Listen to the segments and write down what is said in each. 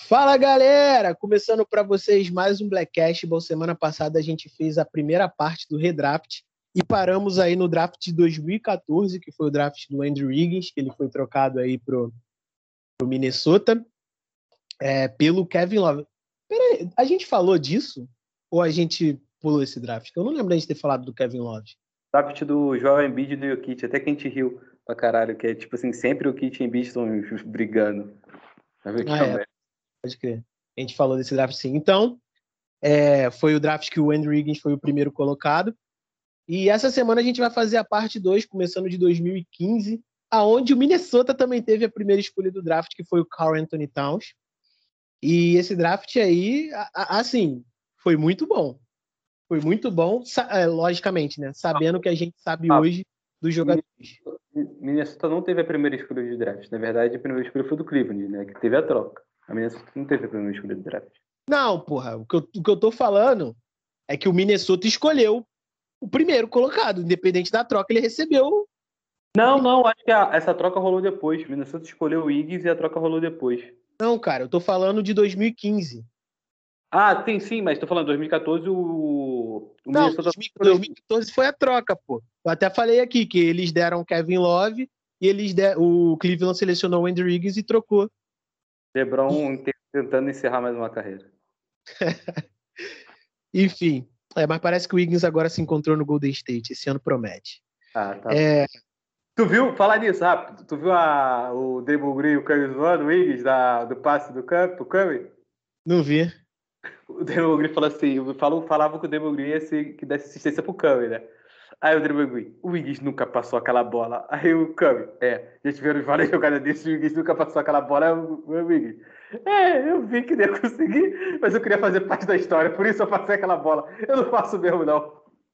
Fala, galera! Começando para vocês mais um Blackcast. Bom, semana passada a gente fez a primeira parte do redraft e paramos aí no draft de 2014, que foi o draft do Andrew Wiggins, que ele foi trocado aí pro Minnesota, pelo Kevin Love. Peraí, a gente falou disso? Ou a gente pulou esse draft? Eu não lembro da gente ter falado do Kevin Love. Draft do Joel Embiid e do Jokic, até que a gente riu pra caralho, que é tipo assim, sempre o Jokic e o Embiid estão brigando. Pode crer. A gente falou desse draft sim. Então, foi o draft que o Andrew Wiggins foi o primeiro colocado. E essa semana a gente vai fazer a parte 2, começando de 2015, aonde o Minnesota também teve a primeira escolha do draft, que foi o Karl-Anthony Towns. E esse draft aí, assim, foi muito bom. Foi muito bom, logicamente, né? Sabendo o que a gente sabe hoje dos jogadores. Minnesota não teve a primeira escolha de draft. Na verdade, a primeira escolha foi do Cleveland, né? Que teve a troca. A Minnesota não teve a primeira escolha de draft. Não, porra. O que eu tô falando é que o Minnesota escolheu o primeiro colocado. Independente da troca, ele recebeu. Não. Acho que essa troca rolou depois. Minnesota escolheu o Wiggins e a troca rolou depois. Não, cara. Eu tô falando de 2015. Ah, sim, mas tô falando 2014 o Não, Minnesota... 2014 foi a troca, pô. Eu até falei aqui que eles deram Kevin Love e o Cleveland selecionou o Andrew Wiggins e trocou. LeBron tentando encerrar mais uma carreira. Enfim, mas parece que o Wiggins agora se encontrou no Golden State. Esse ano promete. Ah, tá. Tu viu, falar nisso rápido, tu viu o Draymond Green e o Curry zoando o Wiggins do passe do Curry? Não vi. O Draymond Green falou assim, falava que o Draymond Green ia ser que desse assistência pro Curry, né? Aí o Draymond Green, o Wiggins nunca passou aquela bola. Aí o Curry, já tiveram várias jogadas desse, o Wiggins nunca passou aquela bola. Aí o Wiggins, eu vi que não ia conseguir, mas eu queria fazer parte da história, por isso eu passei aquela bola. Eu não faço mesmo, não.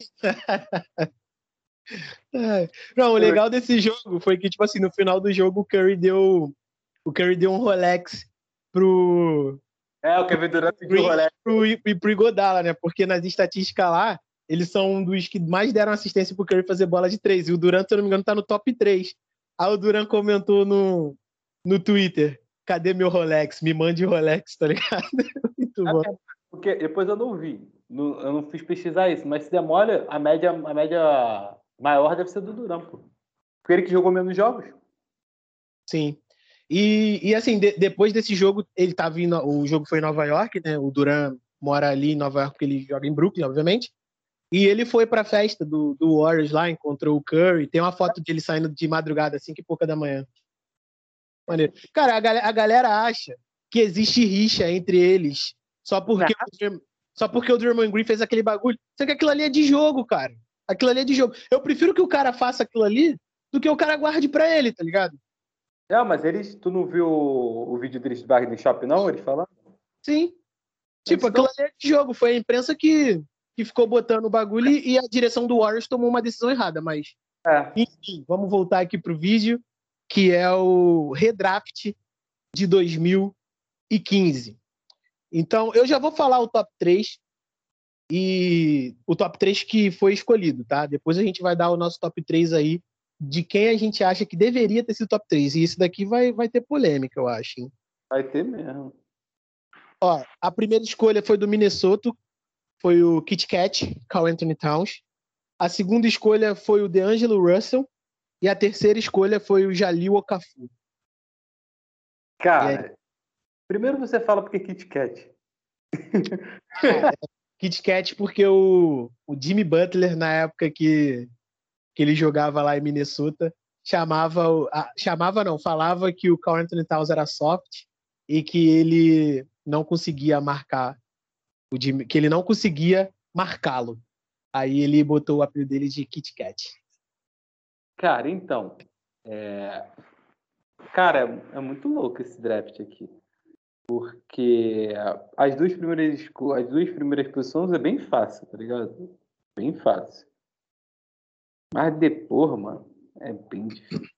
Não, o legal desse jogo foi que, tipo assim, no final do jogo o Curry deu um Rolex pro... O Kevin Durant pediu o Rolex. Pro Iguodala, né? Porque nas estatísticas lá, eles são um dos que mais deram assistência pro Curry fazer bola de 3. E o Durant, se eu não me engano, tá no top 3. Aí o Durant comentou no Twitter, cadê meu Rolex? Me mande Rolex, tá ligado? Muito bom. Porque depois eu não vi. Eu não fiz pesquisar isso, mas se demora, a média maior deve ser do Durant, pô. Porque ele que jogou menos jogos. Sim. E assim, depois desse jogo, ele tá vindo. O jogo foi em Nova York, né? O Durant mora ali em Nova York, porque ele joga em Brooklyn, obviamente. E ele foi pra festa do Warriors lá, encontrou o Curry. Tem uma foto dele saindo de madrugada, 5:30 da manhã. Maneiro. Cara, a galera acha que existe rixa entre eles só porque o Draymond Green fez aquele bagulho. Só que aquilo ali é de jogo, cara. Aquilo ali é de jogo. Eu prefiro que o cara faça aquilo ali do que o cara guarde pra ele, tá ligado? Mas tu não viu o vídeo deles do Bargain Shop, não? Eles falando? Sim. Tipo, aquilo ali é de jogo. Foi a imprensa que ficou botando o bagulho e a direção do Warriors tomou uma decisão errada, mas... Enfim, vamos voltar aqui pro vídeo, que é o redraft de 2015. Então, eu já vou falar o top 3 e o top 3 que foi escolhido, tá? Depois a gente vai dar o nosso top 3 aí de quem a gente acha que deveria ter sido top 3. E isso daqui vai ter polêmica, eu acho, hein? Vai ter mesmo. Ó, a primeira escolha foi do Minnesota, foi o Kit Kat, Karl-Anthony Towns. A segunda escolha foi o DeAngelo Russell. E a terceira escolha foi o Jahlil Okafor. Cara, primeiro você fala porque Kit Kat. Kit Kat porque o Jimmy Butler, na época que ele jogava lá em Minnesota, falava que o Karl-Anthony Towns era soft e que ele não conseguia marcar o Jimmy, que ele não conseguia marcá-lo. Aí ele botou o apelido dele de Kit Kat. Cara, então, cara, é muito louco esse draft aqui. Porque as duas primeiras posições é bem fácil, tá ligado? Bem fácil. Mas depois, mano, é bem difícil.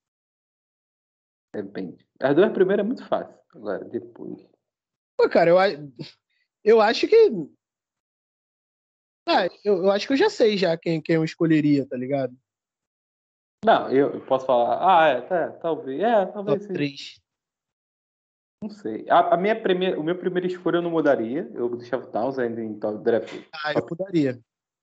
As duas primeiras é muito fácil. Agora, depois. Pô, cara, eu acho que... eu acho que eu já sei já quem eu escolheria, tá ligado? Não, eu posso falar. Talvez. Talvez Top sim. 3. Não sei. O meu primeira escolha eu não mudaria. Eu deixava o Towns ainda em top draft. Eu mudaria.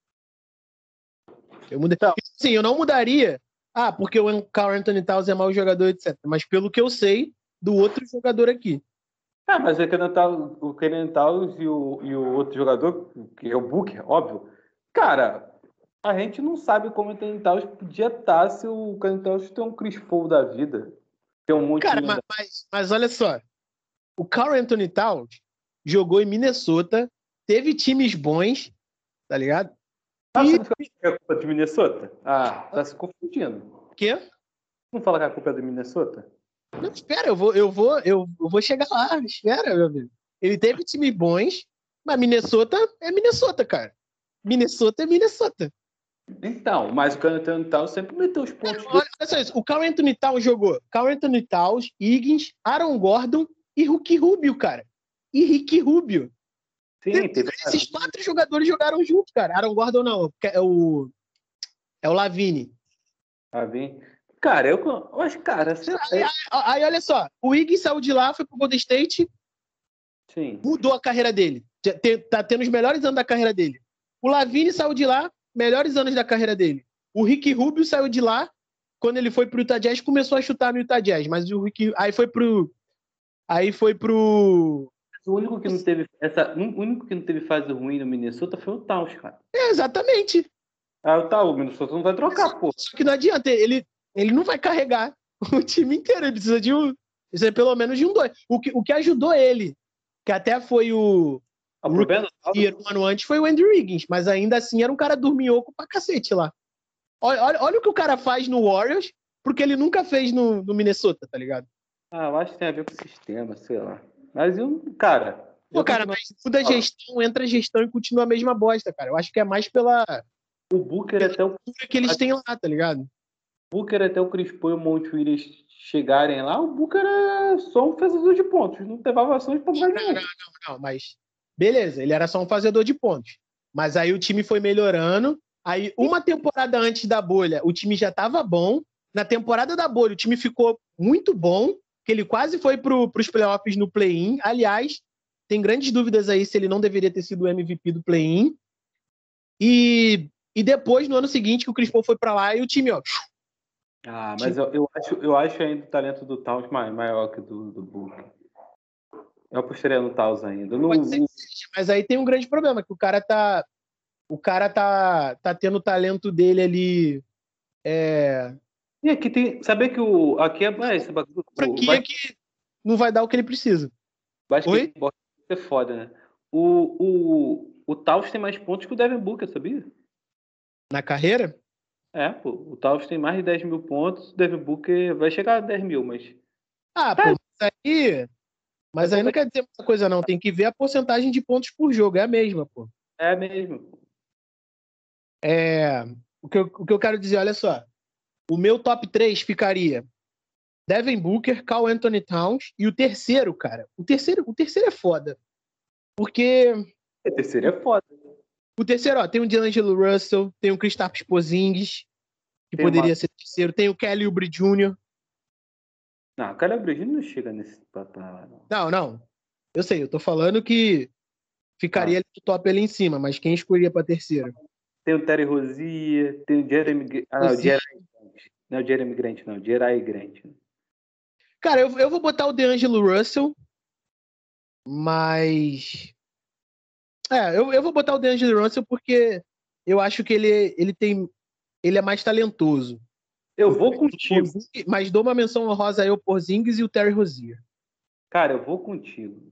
Eu mudaria. Então, Sim, eu não mudaria. Porque o Karl Anthony Towns é mau jogador, etc. Mas pelo que eu sei do outro jogador aqui. mas o Kenan Towns e o outro jogador, que é o Booker, óbvio. Cara, a gente não sabe como o Kenan Towns podia estar se o Kenan Towns tem um Chris Paul da vida. Tem um monte Cara, de... mas olha só. O Karl Anthony Towns jogou em Minnesota, teve times bons, tá ligado? Você não fica que é culpa de Minnesota? Tá se confundindo. Quê? Não fala que a culpa é do Minnesota? Não, espera, eu vou chegar lá, espera, meu amigo. Ele teve times bons, mas Minnesota é Minnesota, cara. Minnesota é Minnesota. Então, mas o Karl Anthony Towns sempre meteu os pontos. Olha só isso, o Karl Anthony Towns jogou Karl Anthony Towns, Higgins, Aaron Gordon e Ricky Rubio, cara. E Ricky Rubio. Sim, teve... Esses 4 jogadores jogaram junto, cara. Aaron Gordon não, é o Lavine. Lavine. Cara, eu acho, cara... Aí, olha só, o Higgins saiu de lá, foi pro Golden State, Sim. mudou a carreira dele. Tá tendo os melhores anos da carreira dele. O Lavine saiu de lá, melhores anos da carreira dele. O Ricky Rubio saiu de lá, quando ele foi pro Utah Jazz, começou a chutar no Utah Jazz, mas o Ricky... Aí foi pro... O único que não teve fase ruim no Minnesota foi o Towns, cara. Exatamente. O Minnesota não vai trocar, pô. Só que não adianta, ele não vai carregar o time inteiro, ele precisa de pelo menos de um 2. O que ajudou ele, que até foi o um ano antes, foi o Andrew Wiggins, mas ainda assim era um cara dorminhoco pra cacete lá. Olha o que o cara faz no Warriors, porque ele nunca fez no Minnesota, tá ligado? Eu acho que tem a ver com o sistema, sei lá. Mas cara... Mas muda a gestão, entra a gestão e continua a mesma bosta, cara. Eu acho que é mais pela... O Booker até o... que eles têm lá, tá ligado? O Booker até o Chris Paul e o Monte Williams chegarem lá, o Booker é só um fazedor de pontos. Não levava ações pra lugar nenhum. Não, mas... Beleza, ele era só um fazedor de pontos. Mas aí o time foi melhorando. Aí, uma temporada antes da bolha, o time já tava bom. Na temporada da bolha, o time ficou muito bom, que ele quase foi pros playoffs no play-in. Aliás, tem grandes dúvidas aí se ele não deveria ter sido o MVP do play-in. E depois, no ano seguinte, que o Chris Paul foi pra lá e o time, ó... Mas eu acho ainda o talento do Towns maior que do Booker. Eu apostaria no Towns ainda. Mas aí tem um grande problema, que o cara tá tendo o talento dele ali. E aqui tem. Saber que aqui é esse bagulho. Franquia que não vai dar o que ele precisa. Oi? É foda, né? O Towns tem mais pontos que o Devin Booker, sabia? Na carreira? Pô. O Towns tem mais de 10 mil pontos, o Devin Booker vai chegar a 10 mil, mas... Mas aí não quer dizer muita coisa, não. Tem que ver a porcentagem de pontos por jogo. É a mesma, pô. É a mesma. O que eu quero dizer, olha só. O meu top 3 ficaria Devin Booker, Karl Anthony Towns e o terceiro, cara. O terceiro é foda. Porque... O terceiro é foda. O terceiro, ó, tem o D'Angelo Russell, tem o Kristaps Porzingis, que poderia ser terceiro. Tem o Kelly Oubre Jr. Não, o Kelly Oubre Jr. não chega nesse patamar, não. Não. Eu sei, eu tô falando que ficaria ali no top ali em cima, mas quem escolheria pra terceira? Tem o Terry Rozier, tem o Jeremy... Não, o Jeremy Grant, não. O Jerry Grant. Cara, eu vou botar o D'Angelo Russell, mas... eu vou botar o D'Angelo Russell porque eu acho que ele é mais talentoso. Eu vou contigo. Mas dou uma menção honrosa aí ao Porzingis e o Terry Rozier. Cara, eu vou contigo.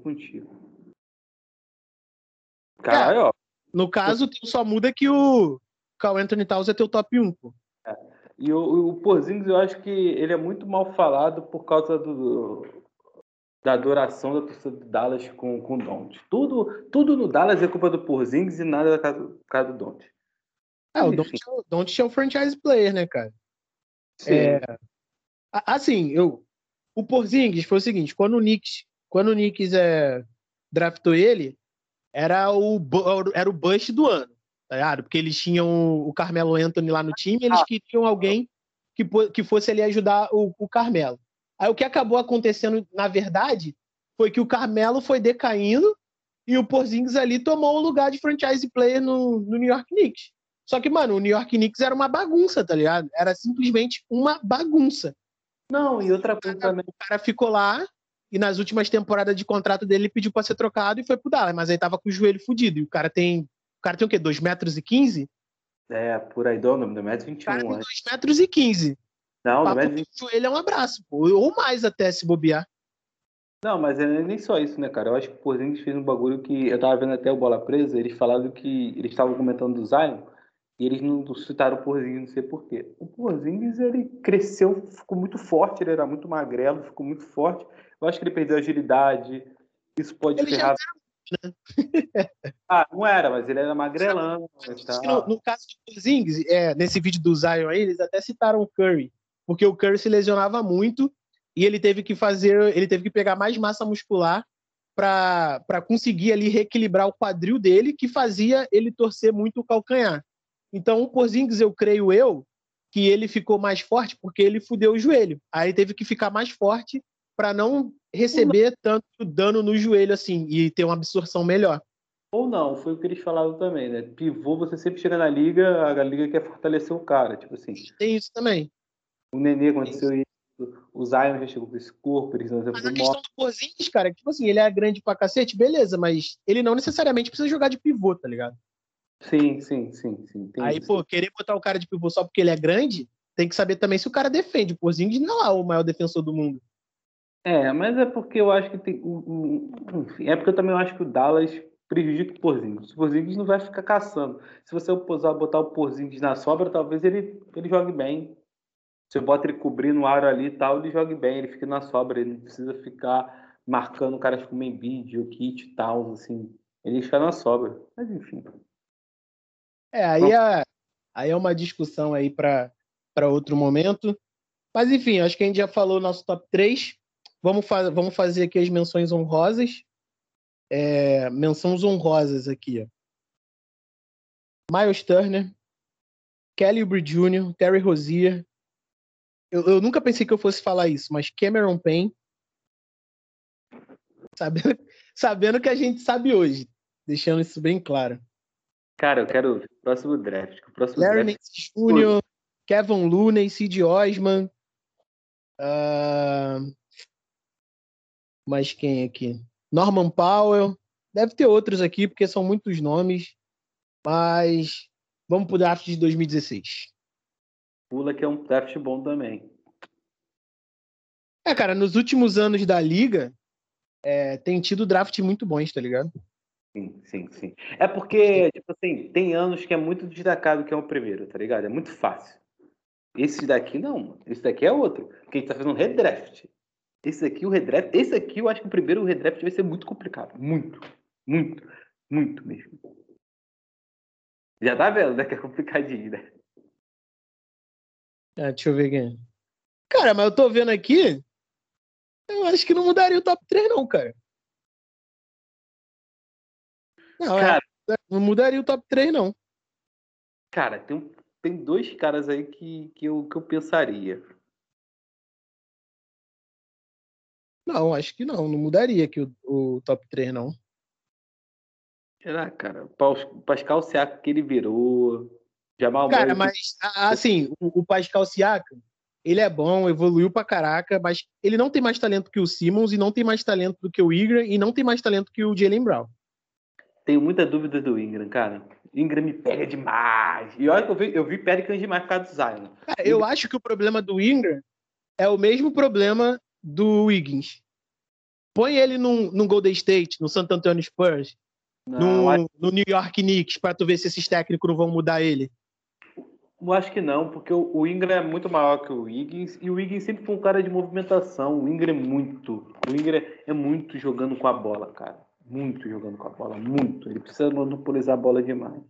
Caralho, ó. No caso, só muda que o Karl Anthony Towns é teu top 1, pô. E o Porzingis, eu acho que ele é muito mal falado por causa da adoração da torcida do Dallas com o Doncic. Tudo no Dallas é culpa do Porzingis e nada por causa do Doncic. O Doncic é um franchise player, né, cara? Sim. Assim, o Porzingis foi o seguinte, quando o Knicks draftou ele, era o bust do ano, tá ligado? Porque eles tinham o Carmelo Anthony lá no time, eles queriam alguém que fosse ali ajudar o Carmelo. Aí o que acabou acontecendo, na verdade, foi que o Carmelo foi decaindo e o Porzingis ali tomou o lugar de franchise player no New York Knicks. Só que, mano, o New York Knicks era uma bagunça, tá ligado? Era simplesmente uma bagunça. Não, e outra coisa também. O cara ficou lá e nas últimas temporadas de contrato dele ele pediu pra ser trocado e foi pro Dallas, mas aí tava com o joelho fudido. E o cara tem o quê? 2,15 m? É, por aí, do nome, 1,21 m. O cara tem 2,15 m. Não, Papo 2,20 m. de joelho é um abraço, pô. Ou mais até, se bobear. Não, mas é nem só isso, né, cara? Eu acho que o Porzingis fez um bagulho que... Eu tava vendo até o Bola Presa, eles falaram que... Eles estavam comentando do Zion, e eles não citaram o Porzingis, não sei porquê. O Porzingis, ele cresceu, ficou muito forte, ele era muito magrelo, ficou muito forte. Eu acho que ele perdeu agilidade, isso pode Ele ferrar... já era, né? Ah, não era, mas ele era magrelão e tal. No caso do Porzingis, nesse vídeo do Zion aí, eles até citaram o Curry, porque o Curry se lesionava muito e ele teve que pegar mais massa muscular para conseguir ali reequilibrar o quadril dele, que fazia ele torcer muito o calcanhar. Então o Porzingis, eu creio que ele ficou mais forte porque ele fudeu o joelho. Aí teve que ficar mais forte para não receber tanto dano no joelho assim e ter uma absorção melhor. Ou não, foi o que eles falaram também, né? Pivô, você sempre chega na liga, a liga quer fortalecer o cara. Tipo assim, Tem isso também. o Nenê aconteceu isso, o Zion já chegou com esse corpo, eles não Mas a questão do Porzingis, cara, tipo assim, ele é grande pra cacete, beleza, mas ele não necessariamente precisa jogar de pivô, tá ligado? Sim. Aí, Isso. pô, querer botar o cara de pivô só porque ele é grande, tem que saber também se o cara defende. O Porzingis não é lá o maior defensor do mundo. É, mas é porque eu acho que tem. Enfim, é porque eu também acho que o Dallas prejudica o Porzingis. O Porzingis não vai ficar caçando. Se você botar o Porzingis na sobra, talvez ele jogue bem. Você bota ele cobrindo o aro ali e tal, ele joga bem, ele fica na sobra, ele não precisa ficar marcando caras como Embiid, o Kit e tal, assim. Ele fica na sobra. Mas enfim. Aí é uma discussão aí para outro momento. Mas enfim, acho que a gente já falou nosso top 3. Vamos fazer aqui as menções honrosas. Menções honrosas aqui, ó. Miles Turner, Kelly Oubre Jr., Terry Rozier. Eu nunca pensei que eu fosse falar isso, mas Cameron Payne, sabendo que a gente sabe hoje, deixando isso bem claro. Cara, eu quero o próximo draft. Larry Nance Jr., Kevin Looney, Cedi Osman. Mas quem aqui? Norman Powell. Deve ter outros aqui, porque são muitos nomes. Mas vamos pro draft de 2016. Pula que é um draft bom também. Cara, nos últimos anos da liga, tem tido draft muito bons, tá ligado? Sim. É porque, tipo assim, tem anos que é muito destacado que é o primeiro, tá ligado? É muito fácil. Esse daqui não, esse daqui é outro. Porque a gente tá fazendo um redraft. Esse aqui eu acho que o primeiro redraft vai ser muito complicado. Muito mesmo. Já tá vendo, né? Que é complicadinho, né? Deixa eu ver aqui. Cara, mas eu tô vendo aqui, eu acho que não mudaria o top 3 não, cara. Não, cara, não mudaria o top 3 não. Cara, tem dois caras aí que eu pensaria. Não, acho que não mudaria aqui o top 3 não. Será, cara? O Pascal Siakam que ele virou. Jamal Cara, Murray. mas assim, o Pascal Siakam, ele é bom, evoluiu pra caraca, mas ele não tem mais talento que o Simmons e não tem mais talento do que o Ingram e não tem mais talento que o Jaylen Brown. Tenho muita dúvida do Ingram, cara. Ingram me pega demais. E olha que eu vi Pelicans demais por causa do Zion. Cara, eu acho que o problema do Ingram é o mesmo problema do Wiggins. Põe ele no Golden State, no San Antonio Spurs, no New York Knicks, pra tu ver se esses técnicos não vão mudar ele. Eu acho que não, porque o Ingram é muito maior que o Wiggins, e o Wiggins sempre foi um cara de movimentação. O Ingram é muito jogando com a bola, cara. Muito jogando com a bola, muito. Ele precisa monopolizar a bola demais.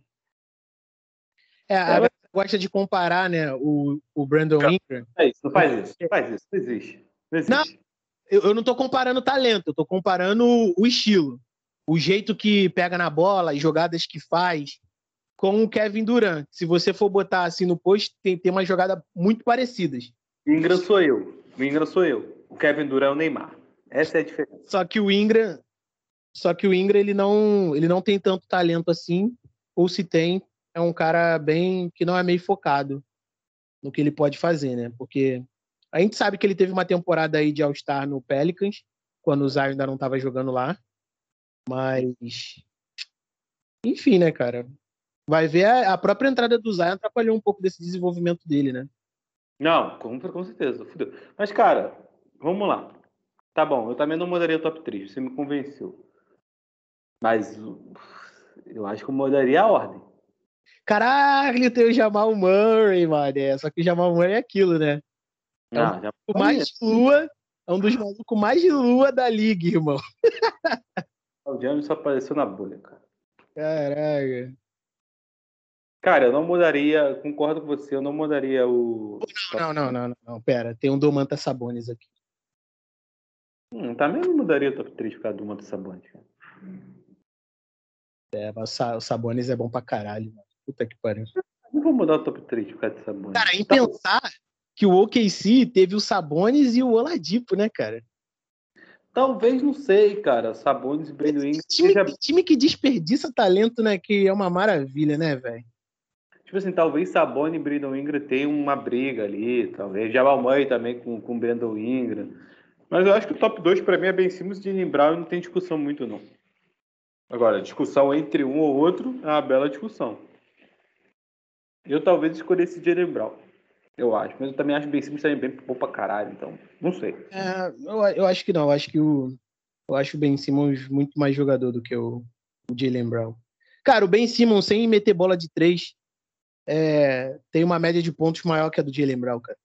A galera gosta de comparar, né, o Brandon Ingram. Não faz isso. Não existe. Não, eu não tô comparando talento, eu tô comparando o estilo. O jeito que pega na bola, as jogadas que faz, com o Kevin Durant. Se você for botar assim no post, tem umas jogadas muito parecidas. O Ingram sou eu. O Kevin Durant é o Neymar. Essa é a diferença. Só que o Ingram ele não tem tanto talento assim, ou se tem, é um cara bem que não é meio focado no que ele pode fazer, né? Porque a gente sabe que ele teve uma temporada aí de All-Star no Pelicans, quando o Zion ainda não estava jogando lá, mas enfim, né, cara? Vai ver a própria entrada do Zion atrapalhou um pouco desse desenvolvimento dele, né? Não, com certeza. Fudeu. Mas, cara, vamos lá. Tá bom, eu também não mudaria o top 3, você me convenceu. Mas eu acho que eu mudaria a ordem. Caralho, tem o Jamal Murray, mano. Só que o Jamal Murray é aquilo, né? É um Ah, já maluco mais de lua, é um dos malucos mais de lua da liga, irmão. o Giannis só apareceu na bolha, cara. Caraca. Cara, eu não mudaria, concordo com você, eu não mudaria o. Não, pera. Tem um Domantas Sabonis aqui. Também não mudaria o top 3 por causa do Manto Sabonis, cara. Mas o Sabonis é bom pra caralho, mano. Puta que pariu. Não vou mudar o top 3 por causa do Sabonis. Cara, em pensar que o OKC teve o Sabonis e o Oladipo, né, cara? Talvez, não sei, cara. Sabonis e Brandon Ingram. Time que desperdiça talento, né? Que é uma maravilha, né, velho? Tipo assim, talvez Sabonis e Brandon Ingram tenham uma briga ali, talvez. Jamal Murray também com o Brandon Ingram. Mas eu acho que o top 2 pra mim é Ben Simmons e Jaylen Brown e não tem discussão muito, não. Agora, discussão entre um ou outro é uma bela discussão. Eu talvez escolhesse Jaylen Brown. Eu acho. Mas eu também acho o Ben Simmons também bem bom pra caralho, então não sei. Eu acho que não. Eu acho o Ben Simmons muito mais jogador do que o Jaylen Brown. Cara, o Ben Simmons, sem meter bola de 3, tem uma média de pontos maior que a do Jaylen Brown, cara.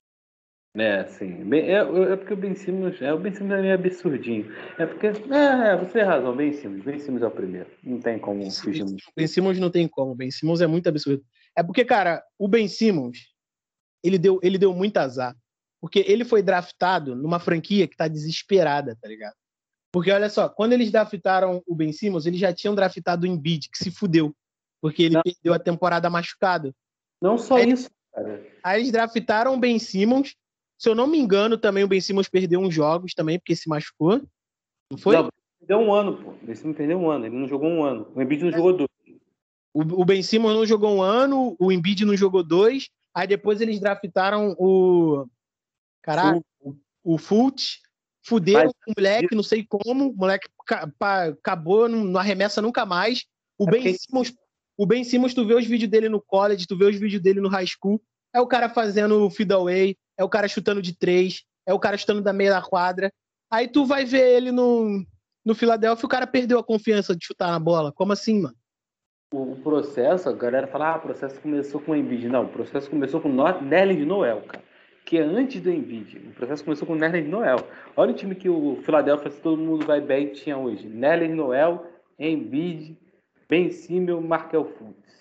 Sim. É porque o Ben Simmons é meio absurdinho. É porque. Você tem razão, Ben Simmons. Ben Simmons é o primeiro. Não tem como fugir muito. Ben Simmons não tem como. Ben Simmons é muito absurdo. É porque, cara, o Ben Simmons, ele deu muito azar. Porque ele foi draftado numa franquia que tá desesperada, tá ligado? Porque, olha só, quando eles draftaram o Ben Simmons, eles já tinham draftado o Embiid, que se fudeu. Porque ele perdeu a temporada machucado. Não só isso, cara. Aí eles draftaram o Ben Simmons. Se eu não me engano, também o Ben Simmons perdeu uns jogos também, porque se machucou. Não foi? Não, perdeu um ano, pô. O Ben Simmons perdeu um ano. Ele não jogou um ano. O Embiid não jogou 2. O Ben Simmons não jogou um ano, o Embiid não jogou 2. Aí depois eles draftaram o... Caraca, o Fultz. Fuderam o moleque, não sei como. O moleque acabou, não arremessa nunca mais. O Ben Simmons, tu vê os vídeos dele no college, tu vê os vídeos dele no high school. É o cara fazendo feed-away, é o cara chutando de 3, é o cara chutando da meia da quadra. Aí tu vai ver ele no Philadelphia, o cara perdeu a confiança de chutar na bola. Como assim, mano? O processo, a galera fala, o processo começou com o Embiid. Não, o processo começou com o Nerlens Noel, cara. Que é antes do Embiid. O processo começou com o Nerlens Noel. Olha o time que o Philadelphia, se todo mundo vai bem, tinha hoje. Nerlens Noel, Embiid, Ben Simmons, Markel Fultz.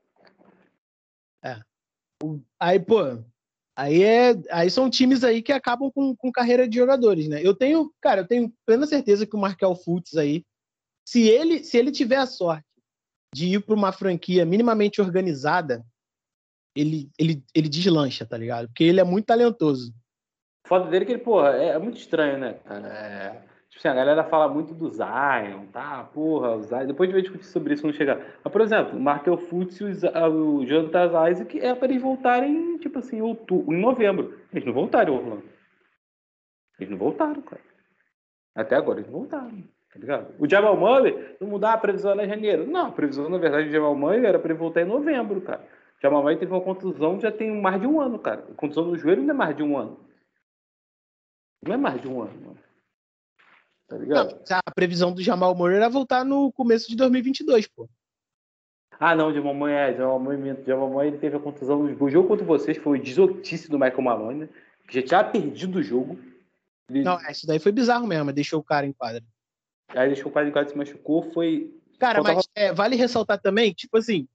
Aí, pô, aí são times aí que acabam com carreira de jogadores, né? Eu tenho plena certeza que o Markel Fultz aí, se ele tiver a sorte de ir para uma franquia minimamente organizada, ele deslancha, tá ligado? Porque ele é muito talentoso. O foda dele é que ele, porra, é muito estranho, né, cara? Tipo assim, a galera fala muito do Zion, tá? Porra, o Zion. Depois a gente vai discutir sobre isso quando chegar. Mas, por exemplo, o Markel Fultz e o Jonathan Isaac é para eles voltarem, tipo assim, em novembro. Eles não voltaram, Orlando. Eles não voltaram, cara. Até agora eles não voltaram, tá ligado? O Jamal Murray, não mudar a previsão era em janeiro. Não, a previsão, na verdade, do Jamal Murray era para ele voltar em novembro, cara. O Jamal Murray teve uma contusão já tem mais de um ano, cara. Contusão no joelho não é mais de um ano. Não é mais de um ano, mano. Tá ligado? Não, a previsão do Jamal Murray era voltar no começo de 2022, pô. Não, Jamal Murray ele teve a contusão no jogo contra vocês, foi o desotice do Michael Malone, né? Que já tinha perdido o jogo. Não, isso daí foi bizarro mesmo, deixou o cara em quadra. Aí deixou o cara em quadra, se machucou, foi... Cara, mas vale ressaltar também, tipo assim,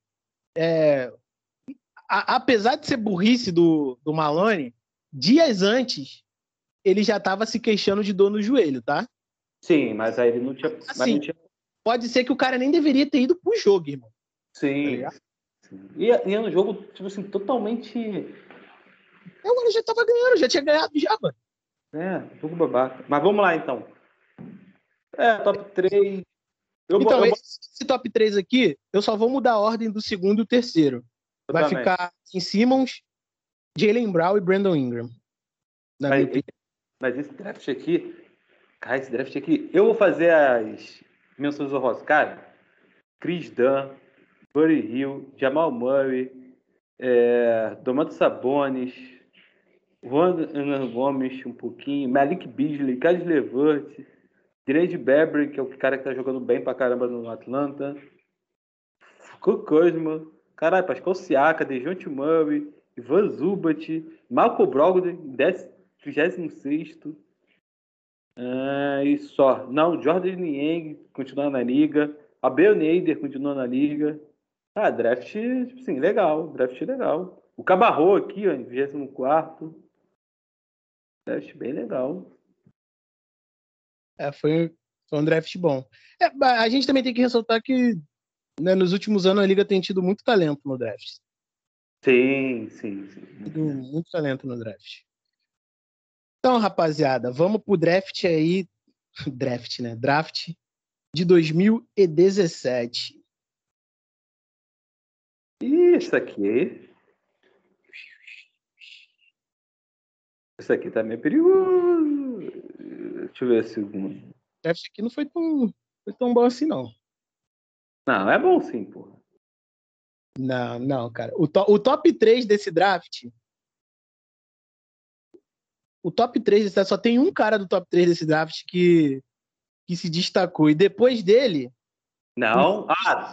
apesar de ser burrice do Malone, dias antes, ele já tava se queixando de dor no joelho, tá? Sim, mas aí ele não tinha... Assim, pode ser que o cara nem deveria ter ido pro jogo, irmão. Sim. Tá sim. E é um jogo, tipo assim, totalmente... Eu já tava ganhando, já tinha ganhado já, mano. Um pouco babaca. Mas vamos lá, então. Top 3. Então, esse top 3 aqui, eu só vou mudar a ordem do segundo e o terceiro. Vai também. ficar em Simmons, Jaylen Brown e Brandon Ingram. Mas esse draft aqui, cara, eu vou fazer as menções honrosas. Cara, Chris Dunn, Buddy Hield, Jamal Murray, Domantas Sabonis, Juan Hernan Gomes um pouquinho, Malik Beasley, Caris LeVert, Jared Bradbury, que é o cara que tá jogando bem pra caramba no Atlanta, Cook Kuzma, caralho, Pascal Siaka, Dejounte Murray, Ivan Zubat, Malcolm Brogdon, 36º. E só. Não, Jordan Niang continua na liga. Abel Nader continua na liga. Draft, tipo assim, legal. Draft legal. O Cabarro aqui, ó, em 24º. Draft bem legal. Foi um draft bom. A gente também tem que ressaltar que, né, nos últimos anos a liga tem tido muito talento no draft. Sim. Muito talento no draft. Então, rapaziada, vamos pro draft aí. Draft, né? Draft de 2017. Isso aqui. Isso aqui tá meio perigoso. Deixa eu ver a segunda. O draft aqui não foi tão bom assim, não. Não, é bom sim, porra. Não, cara. O top 3 desse draft. O top 3 desse draft, só tem um cara do top 3 desse draft que se destacou. E depois dele. Não.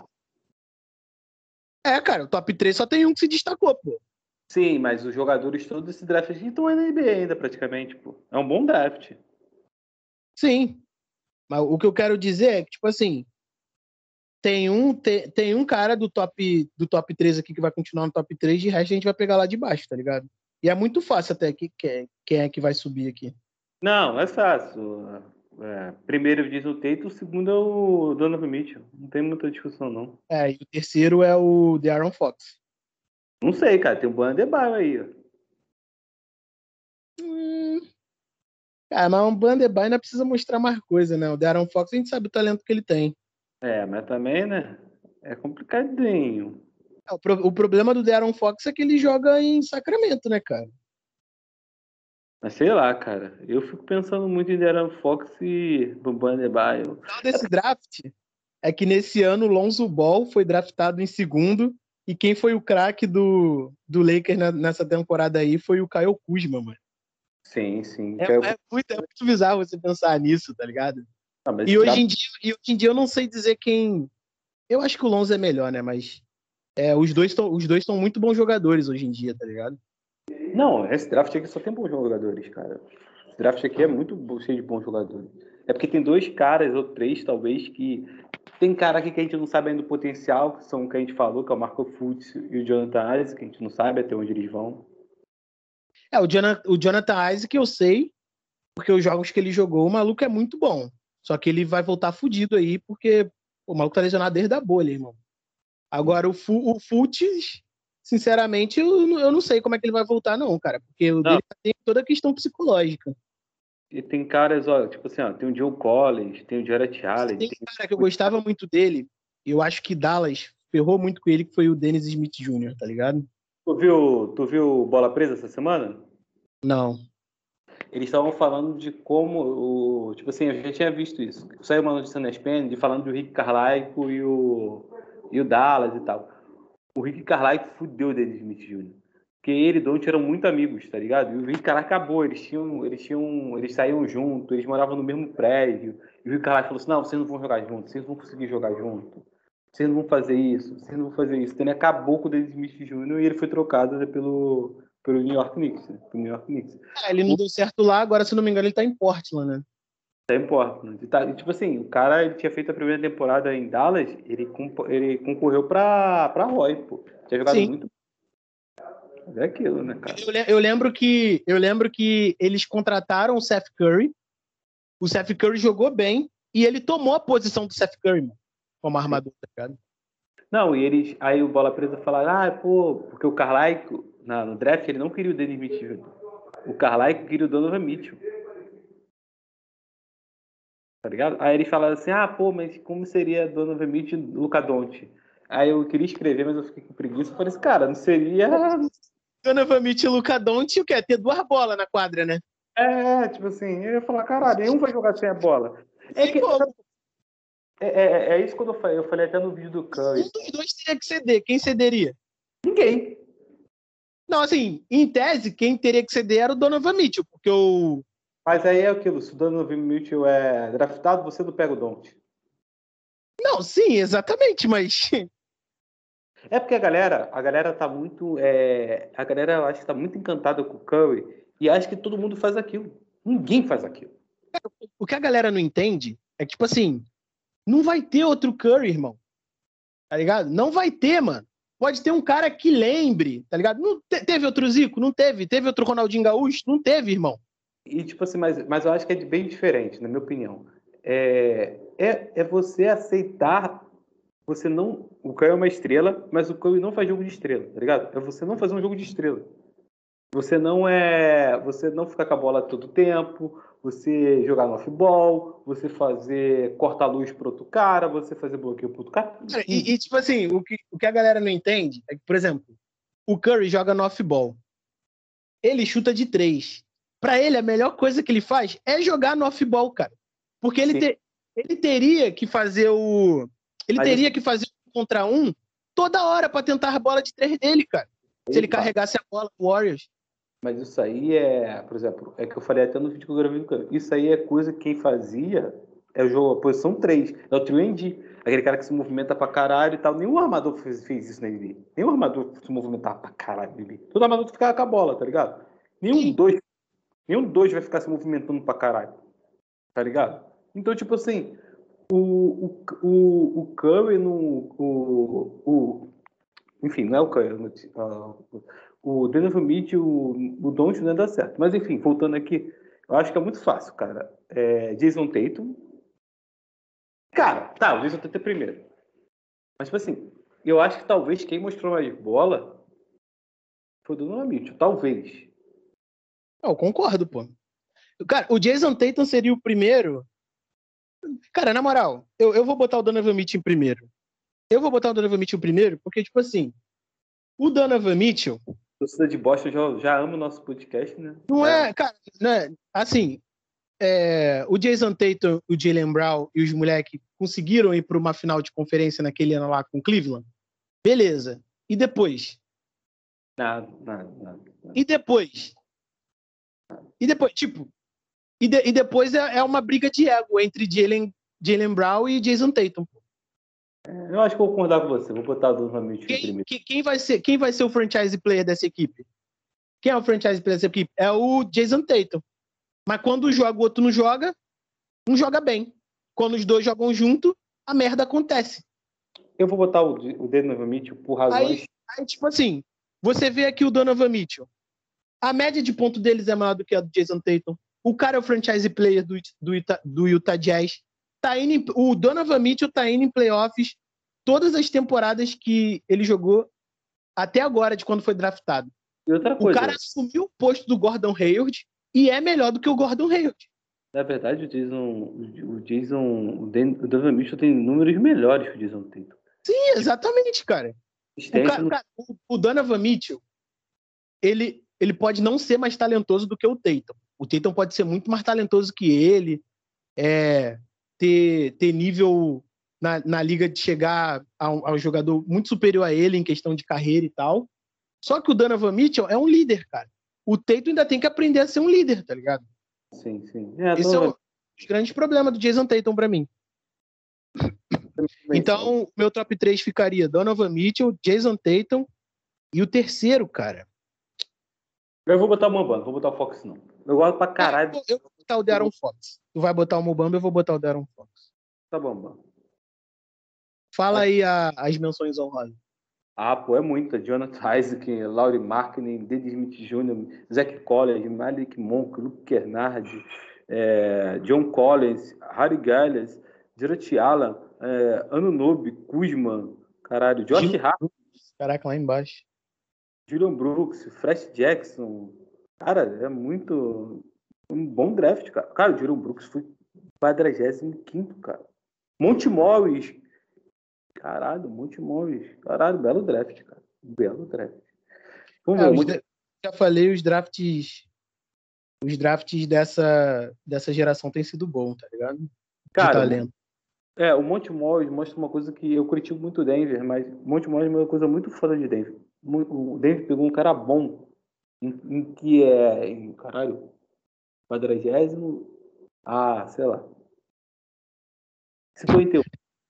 Cara, o top 3 só tem um que se destacou, pô. Sim, mas os jogadores todos desse draft aqui estão na NBA ainda, praticamente, pô. É um bom draft. Sim. Mas o que eu quero dizer é que, tipo assim, tem um cara do top 3 aqui que vai continuar no top 3, de resto a gente vai pegar lá de baixo, tá ligado? E é muito fácil até quem é que vai subir aqui. Não, é fácil. Primeiro diz o Tatum, o segundo é o Donovan Mitchell. Não tem muita discussão, não. E o terceiro é o De'Aaron Fox. Não sei, cara. Tem um Bam Adebayo aí, ó. Mas um Bandebaio não precisa mostrar mais coisa, né? O De'Aaron Fox, a gente sabe o talento que ele tem. Mas também, né? É complicadinho. O problema do De'Aaron Fox é que ele joga em Sacramento, né, cara? Mas sei lá, cara. Eu fico pensando muito em De'Aaron Fox e Bam Adebayo. O final desse draft é que nesse ano o Lonzo Ball foi draftado em segundo e quem foi o craque do Lakers nessa temporada aí foi o Kyle Kuzma, mano. Sim. É muito bizarro você pensar nisso, tá ligado? Mas E hoje em dia eu não sei dizer quem. Eu acho que o Lonzo é melhor, né? Mas os dois são muito bons jogadores hoje em dia, tá ligado? Não, esse draft aqui só tem bons jogadores, cara. Esse draft aqui é muito cheio de bons jogadores. É porque tem 2 caras, ou 3, talvez, que... Tem cara aqui que a gente não sabe ainda do potencial, que são o que a gente falou, que é o Marco Fultz e o Jonathan Isaac, que a gente não sabe até onde eles vão. O Jonathan Isaac eu sei, porque os jogos que ele jogou, o maluco é muito bom. Só que ele vai voltar fudido aí, porque o maluco tá lesionado desde a bolha, irmão. Agora, o Fultz, sinceramente, eu não sei como é que ele vai voltar, não, cara. Porque o dele tem toda a questão psicológica. E tem caras, ó, tipo assim, ó, tem o John Collins, tem o Jarrett Allen. Tem um cara que eu gostava muito dele, eu acho que Dallas ferrou muito com ele, que foi o Dennis Smith Jr., tá ligado? Tu viu Bola Presa essa semana? Não. Eles estavam falando de como, tipo assim, eu já tinha visto isso. Saiu uma notícia na ESPN falando do Rick Carlisle e o Dallas e tal. O Rick Carlisle fudeu o Dennis Smith Jr. Porque ele e Don't eram muito amigos, tá ligado? E o Rick Carlisle acabou, eles saíam juntos, eles moravam no mesmo prédio. E o Rick Carlisle falou assim: não, vocês não vão jogar juntos, vocês não vão conseguir jogar juntos. Vocês não vão fazer isso, vocês não vão fazer isso. Então ele acabou com o Dennis Smith Jr. e ele foi trocado, né, pelo New York Knicks. Né? Pelo New York Knicks. Ele não deu certo lá, agora, se não me engano, ele tá em Portland, né? Tá em Portland. Tipo assim, o cara ele tinha feito a primeira temporada em Dallas, ele concorreu pra Roy, pô. Tinha jogado muito. É aquilo, né, cara? Eu lembro que eles contrataram o Seth Curry. O Seth Curry jogou bem e ele tomou a posição do Seth Curry, mano, como armador, tá ligado? Não, e aí o Bola Presa falaram, porque o Carlisle, no draft, ele não queria o Dennis Smith Jr. O Carlisle queria o Donovan Mitchell. tá ligado? Aí ele fala assim, pô, mas como seria Donovan Mitchell e Luka Doncic? Aí eu queria escrever, mas eu fiquei com preguiça. Eu falei assim, cara, não seria... Donovan Mitchell e Luka Doncic, o quê? Ter 2 bolas na quadra, né? Tipo assim, eu ia falar, caralho, nenhum vai jogar sem a bola. É isso que eu falei até no vídeo do Curry. Um dos dois teria que ceder. Quem cederia? Ninguém. Não, assim, em tese, quem teria que ceder era o Donovan Mitchell, porque o... Mas aí é aquilo, se o Donovan Mitchell é draftado, você não pega o Doncic. Não, sim, exatamente, mas... É porque a galera tá muito... a galera, eu acho que tá muito encantada com o Curry e acha que todo mundo faz aquilo. Ninguém faz aquilo. O que a galera não entende é que, tipo assim, não vai ter outro Curry, irmão. Tá ligado? Não vai ter, mano. Pode ter um cara que lembre, tá ligado? Não teve outro Zico? Não teve. Teve outro Ronaldinho Gaúcho? Não teve, irmão. E, tipo assim, mas eu acho que é bem diferente, na minha opinião. É você aceitar... Você não... O Curry é uma estrela, mas o Curry não faz jogo de estrela, tá ligado? É você não fazer um jogo de estrela. Você não ficar com a bola todo tempo, você jogar no off-ball, você fazer cortar luz para outro cara, você fazer bloqueio para outro cara. E, tipo assim, o que a galera não entende é que, por exemplo, o Curry joga no off-ball. Ele chuta de 3. Pra ele, a melhor coisa que ele faz é jogar no off-ball, cara. Porque ele teria que fazer o... Ele teria que fazer um contra um toda hora pra tentar a bola de 3 dele, cara. Se ele carregasse a bola pro Warriors. Mas isso aí por exemplo, é que eu falei até no vídeo que eu gravei do Curry. Isso aí é coisa que quem fazia é o jogo, a posição 3. É o 3&D. Aquele cara que se movimenta pra caralho e tal. Nenhum armador fez isso na NBA. Nenhum armador se movimentava pra caralho na NBA. Todo armador ficava com a bola, tá ligado? Nenhum dois vai ficar se movimentando pra caralho. Tá ligado? Então, tipo assim, o Curry no... enfim, não é o Curry. O Donovan Mitchell, o Doncic não ia dar certo. Mas, enfim, voltando aqui, eu acho que é muito fácil, cara. Jason Tatum. Cara, tá, o Jason Tatum é primeiro. Mas, tipo assim, eu acho que talvez quem mostrou mais bola foi o Donovan Mitchell. Talvez. Eu concordo, pô. Cara, o Jason Tatum seria o primeiro. Cara, na moral, eu vou botar o Donovan Mitchell em primeiro. Eu vou botar o Donovan Mitchell em primeiro porque, tipo assim, o Donovan Mitchell... A torcida de Boston já ama o nosso podcast, né? Não é, cara, né? Assim, o Jason Tatum, o Jaylen Brown e os moleques conseguiram ir para uma final de conferência naquele ano lá com o Cleveland. Beleza. E depois? Nada. E depois? E depois, tipo... E depois é uma briga de ego entre Jaylen Brown e Jason Tatum. Eu acho que eu vou concordar com você. Vou botar o Donovan Mitchell em primeiro. Quem vai ser o franchise player dessa equipe? Quem é o franchise player dessa equipe? É o Jason Tatum. Mas quando joga, o outro não joga bem. Quando os dois jogam junto, a merda acontece. Eu vou botar o Donovan Mitchell por razões... Aí, tipo assim, você vê aqui o Donovan Mitchell. A média de ponto deles é maior do que a do Jason Tatum. O cara é o franchise player do Utah Jazz. O Donovan Mitchell tá indo em playoffs todas as temporadas que ele jogou até agora, de quando foi draftado. E outra coisa, o cara assumiu o posto do Gordon Hayward e é melhor do que o Gordon Hayward. Na verdade, o Donovan Mitchell tem números melhores que o Jason Tatum. Sim, exatamente, cara. O Donovan Mitchell, ele pode não ser mais talentoso do que o Tatum. O Tatum pode ser muito mais talentoso que ele, ter nível na liga de chegar a um jogador muito superior a ele em questão de carreira e tal. Só que o Donovan Mitchell é um líder, cara. O Tatum ainda tem que aprender a ser um líder, tá ligado? Sim. Esse é um dos grandes problemas do Jason Tatum pra mim. Então, meu top 3 ficaria Donovan Mitchell, Jason Tatum e o terceiro, cara. Eu vou botar o Mobamba, vou botar o Fox não. Eu gosto pra caralho. Eu vou botar o De'Aaron Fox. Tu vai botar o Mobamba, eu vou botar o De'Aaron Fox. Tá bom. Fala aí as menções honrosas. Pô, é muita. Jonathan Isaac, Lauri Markkinen, Dennis Smith Jr., Zach Collins, Malik Monk, Luke Kennard, John Collins, Harry Giles, Jarrett Allen, Anunoby, Kuzma, caralho, Josh Hart. Caraca, lá embaixo. Julian Brooks, Fresh Jackson. Cara, é muito... um bom draft, cara. Cara, o Julian Brooks foi 45º, cara. Monte Morris. Caralho, Monte Morris. Caralho, belo draft, cara. Belo draft. Vamos ver, já falei, os drafts dessa geração têm sido bons, tá ligado? De cara, talento. o Monte Morris mostra uma coisa que eu critico muito o Denver, mas o Monte Morris é uma coisa muito foda de Denver. O Denver pegou um cara bom, em que caralho, 40º, sei lá, 51.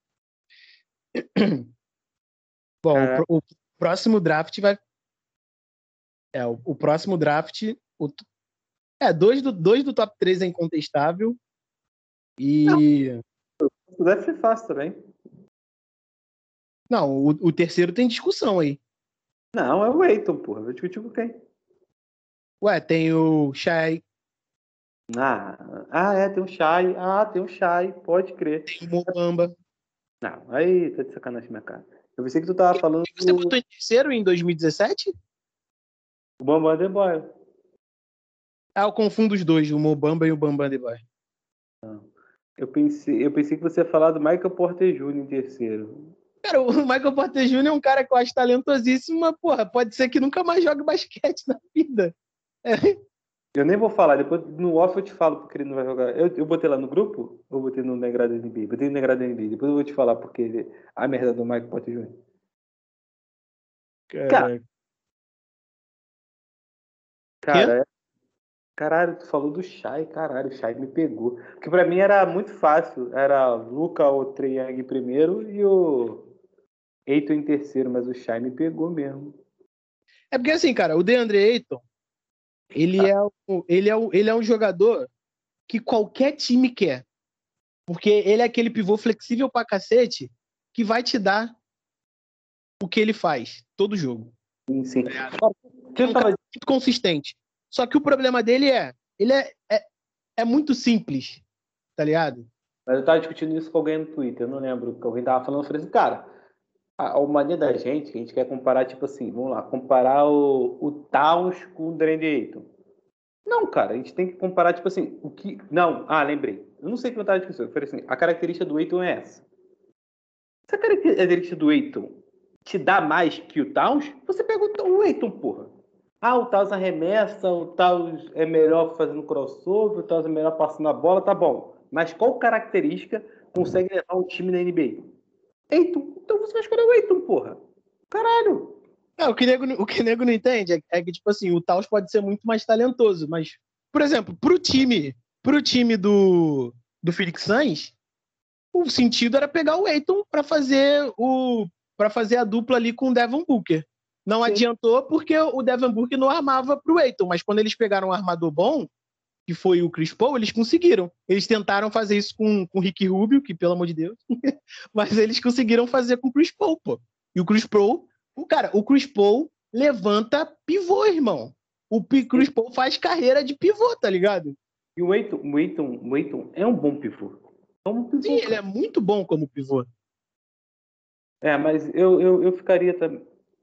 Bom, o próximo draft vai... o próximo draft... dois do top 3 é incontestável. E... O draft foi fácil também. Não, o terceiro tem discussão aí. Não, é o Ayton, porra. Vai discutir com quem? Ué, tem o Shai. Tem o Shai. Tem o Shai, pode crer. Tem o Mobamba. Não, aí tá de sacanagem minha cara. Eu pensei que tu tava falando Você botou em terceiro em 2017? O Bambam Adebayo. Eu confundo os dois, o Mobamba e o Bambam Adebayo. Eu pensei que você ia falar do Michael Porter Jr. em terceiro. Cara, o Michael Porter Jr. é um cara que eu acho talentosíssimo, mas, porra, pode ser que nunca mais jogue basquete na vida. Eu nem vou falar, depois no off eu te falo porque ele não vai jogar. Eu botei lá no grupo ou botei no Negrado NBA? Botei no Negrado NBA, depois eu vou te falar porque a merda do Michael Porter Jr. Cara, caralho, tu falou do Shai, caralho, o Shai me pegou. Porque pra mim era muito fácil, era Luka ou Trae Young em primeiro e o Ayton em terceiro, mas o Shai me pegou mesmo. É porque assim, cara, o DeAndre Ayton, ele é um jogador que qualquer time quer. Porque ele é aquele pivô flexível pra cacete que vai te dar o que ele faz todo jogo. Sim. É um cara muito consistente. Só que o problema dele ele é muito simples, tá ligado? Mas eu tava discutindo isso com alguém no Twitter, eu não lembro, que alguém tava falando, eu falei assim, cara, a mania da gente, que a gente quer comparar, tipo assim, vamos lá, comparar o Towns com o DeAndre Ayton. Não, cara, a gente tem que comparar, tipo assim, o que... Não, lembrei. Eu não sei o que eu tava discutindo, eu falei assim, a característica do Ayton é essa. Se a característica do Ayton te dá mais que o Towns, você pega o Ayton, porra. O Towns arremessa, o Towns é melhor fazendo crossover, o Towns é melhor passando a bola, tá bom. Mas qual característica consegue levar um time na NBA? Ayton. Então você vai escolher o Ayton, porra. Caralho. O que nego não entende é que, tipo assim, o Taus pode ser muito mais talentoso, mas, por exemplo, pro time do Phoenix Suns, o sentido era pegar o Ayton para fazer a dupla ali com o Devin Booker. Não Sim. adiantou porque o Devin Booker não armava pro Ayton, mas quando eles pegaram um armador bom, que foi o Chris Paul, eles conseguiram. Eles tentaram fazer isso com o Ricky Rubio, que pelo amor de Deus, mas eles conseguiram fazer com o Chris Paul, pô. E o Chris Paul, o Chris Paul levanta pivô, irmão. O Chris Paul faz carreira de pivô, tá ligado? E o Ayton é um bom pivô. Sim, ele é muito bom como pivô. Mas eu ficaria também...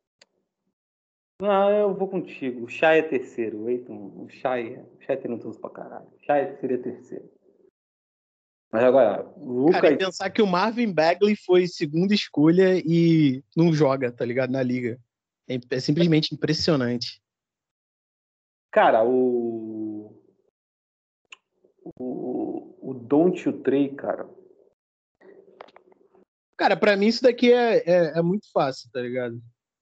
Não, eu vou contigo. O Shai é terceiro. O Ayton, o Shai é talentoso pra caralho. O Shai seria terceiro. Mas agora, o Lucas... Cara, pensar que o Marvin Bagley foi segunda escolha e não joga, tá ligado? Na liga. É simplesmente impressionante. Cara, o Don't You Trey, cara. Cara, pra mim isso daqui é muito fácil, tá ligado?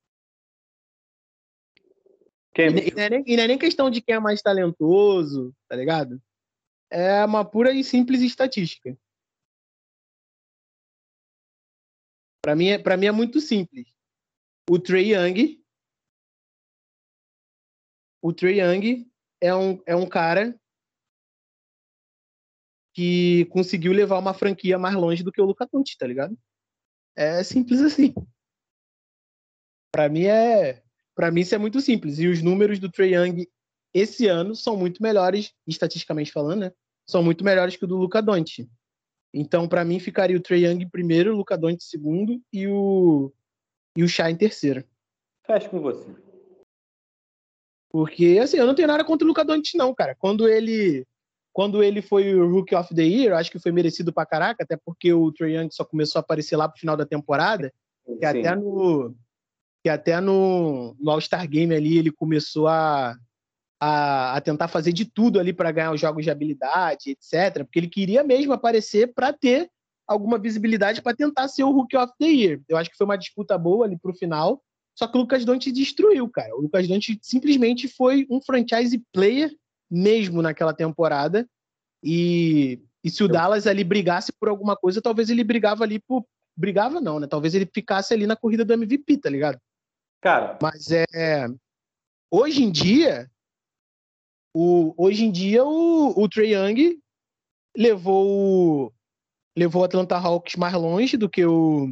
E não é nem questão de quem é mais talentoso, tá ligado? É uma pura e simples estatística. Pra mim é muito simples. O Trae Young é um cara que conseguiu levar uma franquia mais longe do que o Luka Doncic, tá ligado? É simples assim. Pra mim isso é muito simples. E os números do Trae Young esse ano são muito melhores, estatisticamente falando, né? São muito melhores que o do Luka Doncic. Então, pra mim, ficaria o Trae Young em primeiro, o Luka Doncic em segundo e o Shai em terceiro. Fecho com você. Porque, assim, eu não tenho nada contra o Luka Doncic, não, cara. Quando ele quando ele foi o Rookie of the Year, eu acho que foi merecido pra caraca, até porque o Trae Young só começou a aparecer lá pro final da temporada, que até no All-Star Game ali ele começou a tentar fazer de tudo ali para ganhar os jogos de habilidade, etc. Porque ele queria mesmo aparecer para ter alguma visibilidade para tentar ser o Rookie of the Year. Eu acho que foi uma disputa boa ali pro final, só que o Lucas Doncic destruiu, cara. O Lucas Doncic simplesmente foi um franchise player mesmo naquela temporada e se o Dallas ali brigasse por alguma coisa, talvez ele brigava ali por... Brigava não, né? Talvez ele ficasse ali na corrida do MVP, tá ligado? Cara, mas hoje em dia o Trae Young levou o Atlanta Hawks mais longe do que o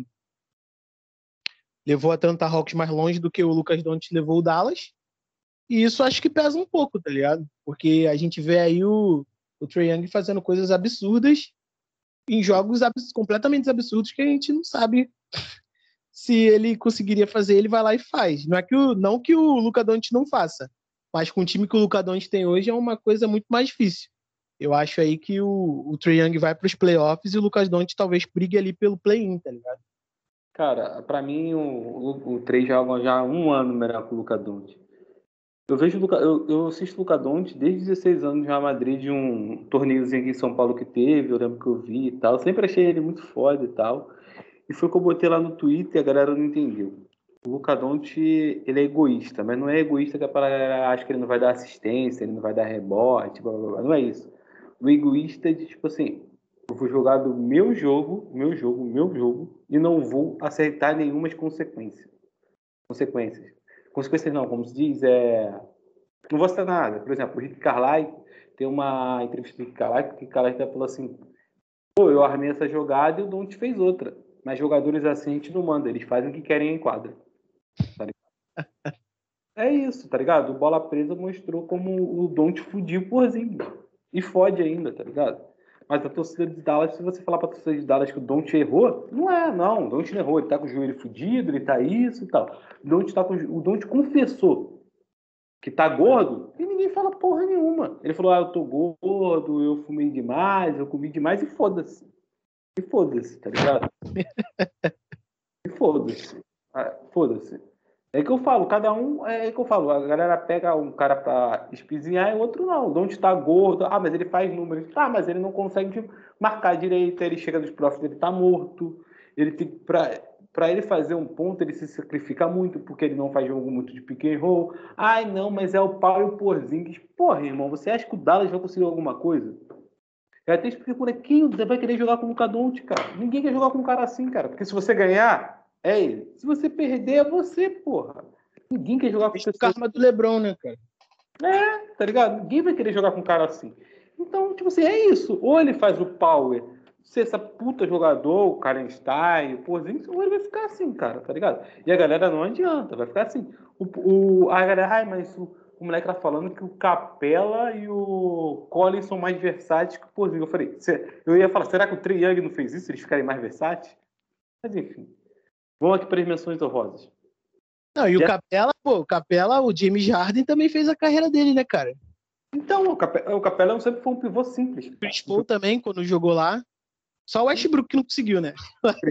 Lucas Doncic levou o Dallas, e isso acho que pesa um pouco, tá ligado? Porque a gente vê aí o Trae Young fazendo coisas absurdas em jogos completamente absurdos que a gente não sabe se ele conseguiria fazer. Ele vai lá e faz. Não que o Luka Doncic não faça, mas com o time que o Luka Doncic tem hoje é uma coisa muito mais difícil. Eu acho aí que o Trae Young vai para os playoffs e o Lucas Doncic talvez brigue ali pelo play-in, tá ligado? Cara, pra mim o Trae joga já há um ano melhor que o Luka Doncic. Eu assisto o Luka Doncic desde 16 anos no Real Madrid, de um torneiozinho aqui em São Paulo que teve, eu lembro que eu vi e tal. Eu sempre achei ele muito foda e tal. E foi o que eu botei lá no Twitter e a galera não entendeu. O Luka Doncic, ele é egoísta, mas não é egoísta que a galera acha que ele não vai dar assistência, ele não vai dar rebote, blá, blá, blá. Não é isso. O egoísta é de, tipo assim, eu vou jogar do meu jogo, e não vou aceitar nenhuma consequência. Consequências não, como se diz, não vou aceitar nada. Por exemplo, o Rick Carlisle, tem uma entrevista do Rick Carlisle tá falando assim, pô, eu armei essa jogada e o Doncic fez outra. Mas jogadores assim a gente não manda, eles fazem o que querem em quadra. Tá ligado? É isso, tá ligado? O Bola Presa mostrou como o Doncic fudiu por Porzingis. E fode ainda, tá ligado? Mas a torcida de Dallas, se você falar pra torcida de Dallas que o Doncic errou, não. O Doncic não errou. Ele tá com o joelho fudido, ele tá isso e tal. O Doncic confessou que tá gordo e ninguém fala porra nenhuma. Ele falou, eu tô gordo, eu fumei demais, eu comi demais e foda-se. E foda-se, tá ligado? E foda-se. Foda-se. É que eu falo, cada um, é que eu falo, a galera pega um cara pra espizinhar e o outro não. De onde tá gordo, mas ele faz números. Tá, mas ele não consegue marcar direito, ele chega nos profs, ele tá morto. Ele tem, pra ele fazer um ponto, ele se sacrifica muito, porque ele não faz jogo muito de pick and roll. Ai, não, mas é o pau e o Porzingis. Porra, irmão, você acha que o Dallas vai conseguir alguma coisa? Eu até expliquei por aqui, quem vai querer jogar com o Luka Doncic, cara? Ninguém quer jogar com um cara assim, cara. Porque se você ganhar, é ele. Se você perder, é você, porra. Ninguém quer jogar com o karma do LeBron, né, cara? Tá ligado? Ninguém vai querer jogar com um cara assim. Então, tipo assim, é isso. Ou ele faz o power, ser essa puta jogador, o Karen Style, o Porzingis, ou ele vai ficar assim, cara, tá ligado? E a galera não adianta, vai ficar assim. A galera, mas o moleque tá falando que o Capela e o Collins são mais versáteis que o Porzingis. Eu falei, eu ia falar, será que o Trae Young não fez isso? Eles ficarem mais versáteis? Mas enfim. Vamos aqui para as menções honrosas. Não, e o Capela, o James Harden também fez a carreira dele, né, cara? Então, o Capela sempre foi um pivô simples. O Chris Paul também, quando jogou lá. Só o Westbrook que não conseguiu, né?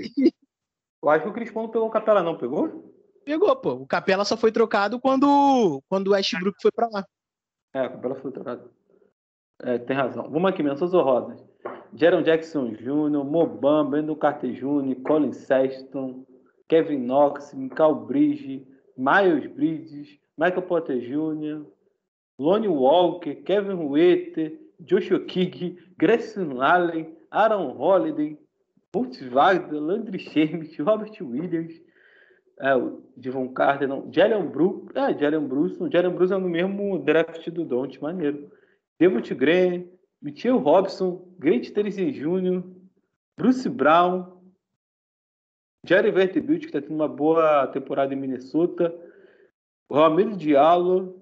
Eu acho que o Chris Paul não pegou o Capela, não, pegou? Pegou, pô. O Capela só foi trocado quando o Westbrook foi pra lá. O Capela foi trocado. Tem razão. Vamos aqui, menções honrosas. Jaron Jackson Jr., Mo Bamba, Brandon Carter Jr., Colin Sexton, Kevin Knox, Mikal Bridges, Miles Bridges, Michael Porter Jr., Lonnie Walker, Kevin Huerter, Joshua King, Grayson Allen, Aaron Holiday, Putz Wagner, Landry Shamet, Robert Williams, o Devon Carter, não, Jalen Brunson. Jalen Brunson é no mesmo draft do Doncic, maneiro. Devonte Graham, Mitchell Robson, Grant Terence Jr., Bruce Brown, Jerry Vanderbilt, que está tendo uma boa temporada em Minnesota, Romero Diallo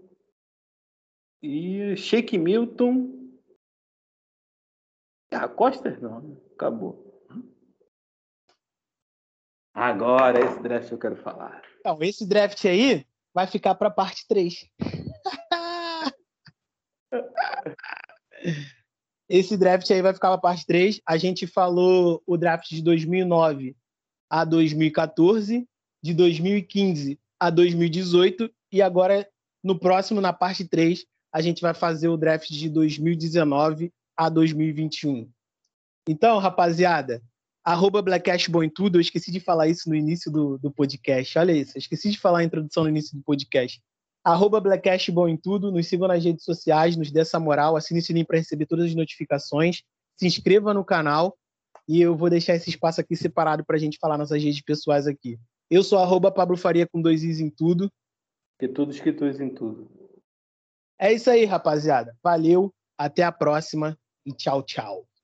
e Shake Milton. Costa não, acabou. Agora, esse draft eu quero falar. Então, esse draft aí vai ficar para parte 3. Esse draft aí vai ficar para parte 3. A gente falou o draft de 2009 a 2014, de 2015 a 2018, e agora, no próximo, na parte 3, a gente vai fazer o draft de 2019 a 2021. Então, rapaziada, @BlackCashBom em tudo. Eu esqueci de falar isso no início do podcast. Olha isso, eu esqueci de falar a introdução no início do podcast. @BlackCashBom em tudo. Nos sigam nas redes sociais, nos dê essa moral, assine o sininho para receber todas as notificações, se inscreva no canal e eu vou deixar esse espaço aqui separado para a gente falar nossas redes pessoais aqui. Eu sou @Pablo Faria com 2 Is em tudo. Que tudo escritos em tudo. É isso aí, rapaziada. Valeu, até a próxima e tchau, tchau.